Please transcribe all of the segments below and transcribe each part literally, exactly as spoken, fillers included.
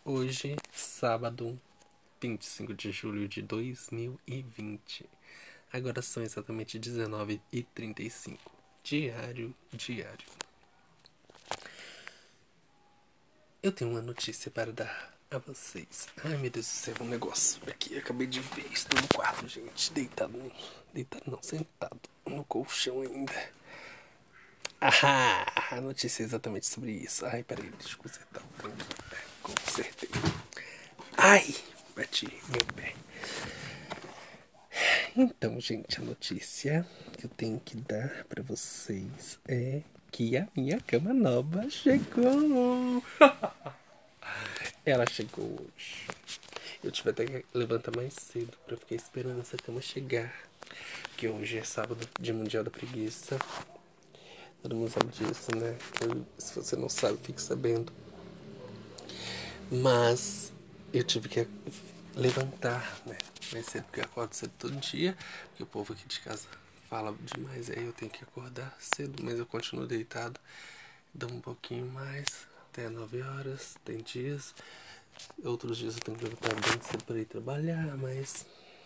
Hoje, sábado, vinte e cinco de julho de dois mil e vinte. Agora são exatamente dezenove e trinta e cinco. Diário, diário. Eu tenho uma notícia para dar a vocês. Ai, meu Deus do céu, um negócio aqui. Acabei de ver, estou no quarto, gente. Deitado, deitado não, sentado no colchão ainda. Ah, a notícia é exatamente sobre isso. Ai, peraí, deixa eu consertar o trem. Consertei. Ai, bati meu pé. Então, gente, a notícia que eu tenho que dar pra vocês é que a minha cama nova chegou. Ela chegou hoje. Eu tive até que levantar mais cedo pra ficar esperando essa cama chegar. Porque hoje é sábado, dia mundial da preguiça. Todo mundo sabe disso, né? Eu, se você não sabe, fique sabendo. Mas eu tive que levantar, né? Mais cedo, porque eu acordo cedo todo dia. Porque o povo aqui de casa fala demais, aí eu tenho que acordar cedo. Mas eu continuo deitado. Dou um pouquinho mais, até nove horas. Tem dias, outros dias eu tenho que levantar bem cedo para ir trabalhar. Mas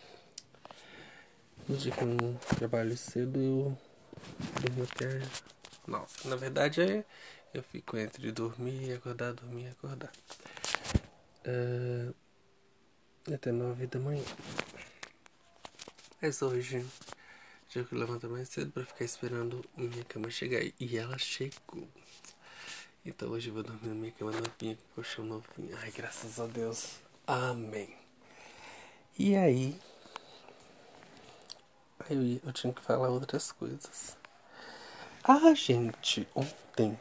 no dia que eu não trabalho cedo, eu durmo até nove. Na verdade, é, eu fico entre dormir e acordar, dormir e acordar. Uh, até nove da manhã. Mas hoje tive que levantar mais cedo pra ficar esperando minha cama chegar. E ela chegou. Então hoje eu vou dormir na minha cama novinha, com colchão novinho. Ai, graças a Deus. Amém. E aí, aí eu, eu tinha que falar outras coisas. Ah, gente, ontem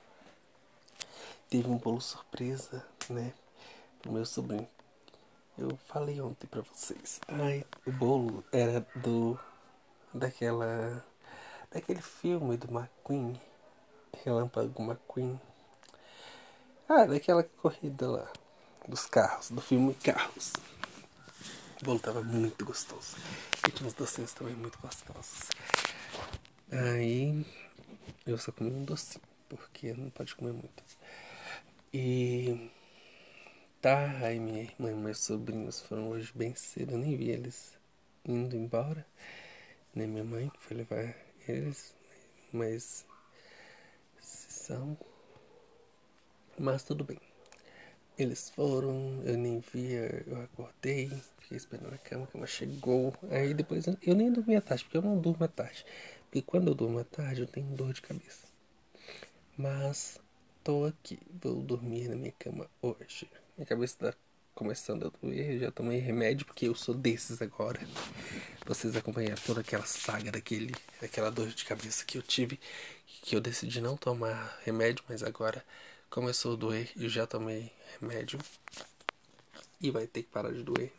teve um bolo surpresa, né? Pro meu sobrinho. Eu falei ontem pra vocês. Ai, o bolo era do... Daquela... Daquele filme do McQueen. Relâmpago McQueen. Ah, daquela corrida lá. Dos carros. Do filme Carros. O bolo tava muito gostoso. E tinha uns docinhos também muito gostosos. Aí... Eu só comi um docinho. Porque não pode comer muito. E... Tá, aí minha irmã e meus sobrinhos foram hoje bem cedo. Eu nem vi eles indo embora. Nem minha mãe que foi levar eles. Mas... Se são... Mas tudo bem. Eles foram, eu nem via, eu acordei, fiquei esperando a cama, a cama chegou. Aí depois eu, eu nem dormi à tarde, porque eu não durmo à tarde. Porque quando eu durmo à tarde eu tenho dor de cabeça. Mas tô aqui, vou dormir na minha cama hoje. Minha cabeça tá começando a doer, eu já tomei remédio, porque eu sou desses agora. Vocês acompanharam toda aquela saga daquele, daquela dor de cabeça que eu tive, que eu decidi não tomar remédio, mas agora começou a doer e eu já tomei remédio e vai ter que parar de doer.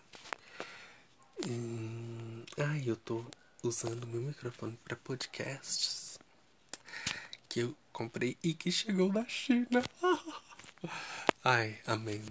Hum... Ai, eu tô usando meu microfone para podcasts que eu comprei e que chegou da China. Ai, amém.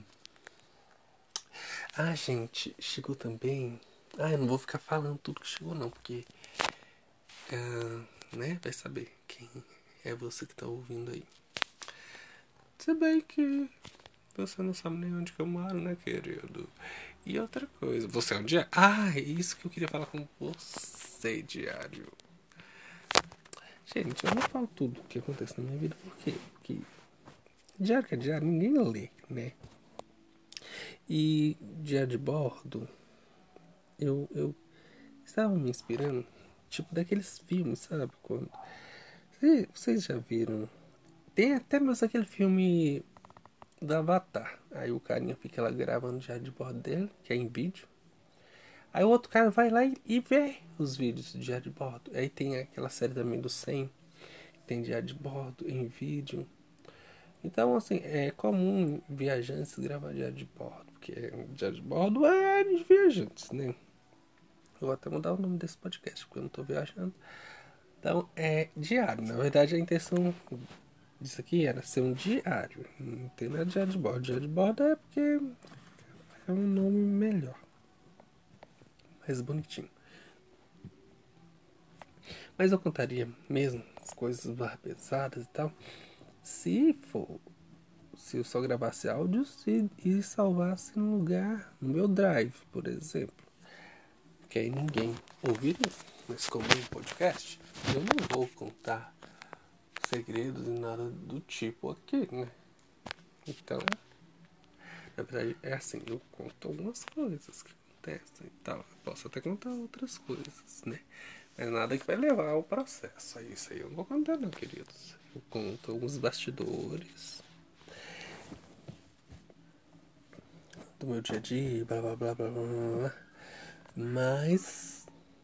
Ah, gente, chegou também. Ah, eu não vou ficar falando tudo que chegou não, porque uh, né, vai saber quem é você que tá ouvindo aí. Se bem que você não sabe nem onde que eu moro, né, querido? E outra coisa, você é um diário? Ah, é isso que eu queria falar com você, diário. Gente, eu não falo tudo o que acontece na minha vida, porque, porque diário que é diário, ninguém lê, né? E diário de bordo, eu, eu estava me inspirando, tipo, daqueles filmes, sabe? Quando... Vocês já viram? Tem até mesmo aquele filme do Avatar. Aí o carinha fica lá gravando o diário de bordo dele, que é em vídeo. Aí o outro cara vai lá e, e vê os vídeos do diário de bordo. Aí tem aquela série também do cem, que tem diário de bordo em vídeo. Então, assim, é comum viajantes gravar diário de bordo, porque diário de bordo é de viajantes, né? Eu vou até mudar o nome desse podcast, porque eu não tô viajando. Então, é diário. Na verdade, a intenção disso aqui era ser um diário. Não tem nada de diário de bordo. Diário de bordo é porque é um nome melhor. Mais bonitinho. Mas eu contaria mesmo as coisas mais pesadas e tal, se for se eu só gravasse áudios e, e salvasse no lugar, no meu drive, por exemplo. Que aí ninguém ouviria. Mas como é um podcast, eu não vou contar segredos e nada do tipo aqui, né? Então, na verdade, é assim, eu conto algumas coisas que acontecem e tal. Eu posso até contar outras coisas, né? Mas nada que vai levar ao processo. Aí, isso aí eu não vou contar não, queridos. Eu conto alguns bastidores do meu dia a dia, blá blá blá blá blá blá. Mas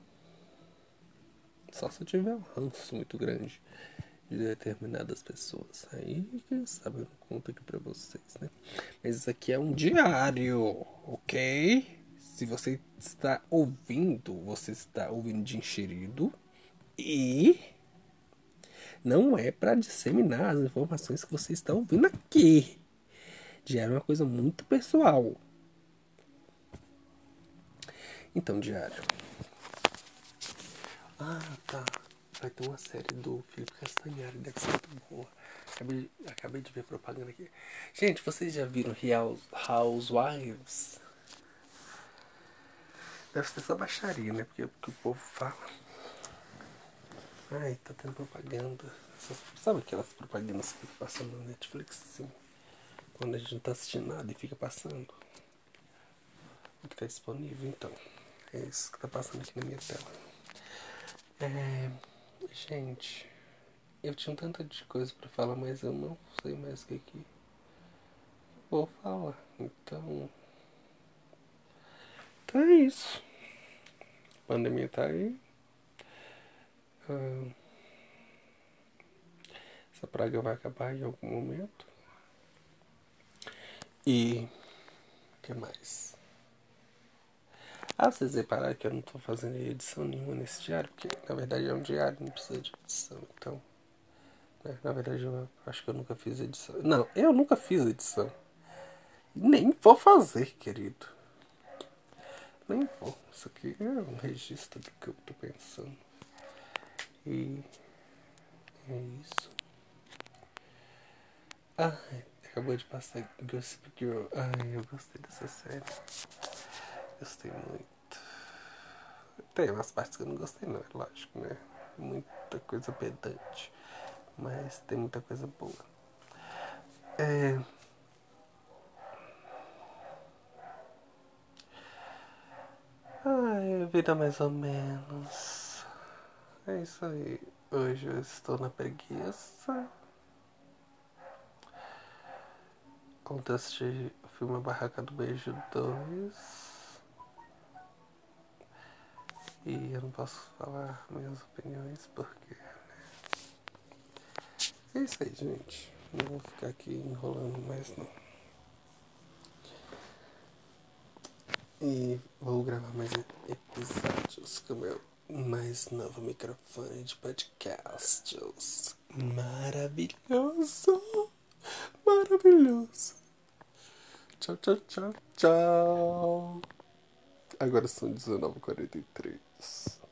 só se eu tiver um ranço muito grande de determinadas pessoas. Aí, quem sabe eu não conto aqui pra vocês, né? Mas isso aqui é um diário, ok? Se você está ouvindo, você está ouvindo de enxerido. E não é para disseminar as informações que você está ouvindo aqui. Diário é uma coisa muito pessoal. Então, diário. Ah, tá. Vai ter uma série do Felipe Castanhari, deve ser muito boa. Acabei, acabei de ver propaganda aqui. Gente, vocês já viram Real Housewives? Deve ser essa baixaria, né? Porque, porque o povo fala. Ai, tá tendo propaganda. Sabe aquelas propagandas que ficam passando na Netflix, assim? Quando a gente não tá assistindo nada e fica passando o que tá disponível, então. É isso que tá passando aqui na minha tela. É... Gente, eu tinha tanta de coisa pra falar, mas eu não sei mais o que que vou falar. Então... Então é isso. A pandemia tá aí. Ah, essa praga vai acabar em algum momento. E... O que mais? Ah, vocês repararam que eu não tô fazendo edição nenhuma nesse diário, porque na verdade é um diário, não precisa de edição, então... Né? Na verdade eu acho que eu nunca fiz edição. Não, eu nunca fiz edição. Nem vou fazer, querido. Nem vou. Isso aqui é um registro do que eu tô pensando. E... é isso. Ah, acabou de passar Gossip Girl. Ai, eu gostei dessa série. Gostei muito. Tem umas partes que eu não gostei não, é lógico, né? Muita coisa pedante. Mas tem muita coisa boa. É... Ai, vida mais ou menos. É isso aí. Hoje eu estou na preguiça. Ontem eu assisti o filme A Barraca do Beijo dois. E eu não posso falar minhas opiniões porque... É isso aí, gente. Não vou ficar aqui enrolando mais não. E vou gravar mais episódios com o meu mais novo microfone de podcasts. Maravilhoso! Maravilhoso! Tchau, tchau, tchau, tchau! Agora são dezenove e quarenta e três.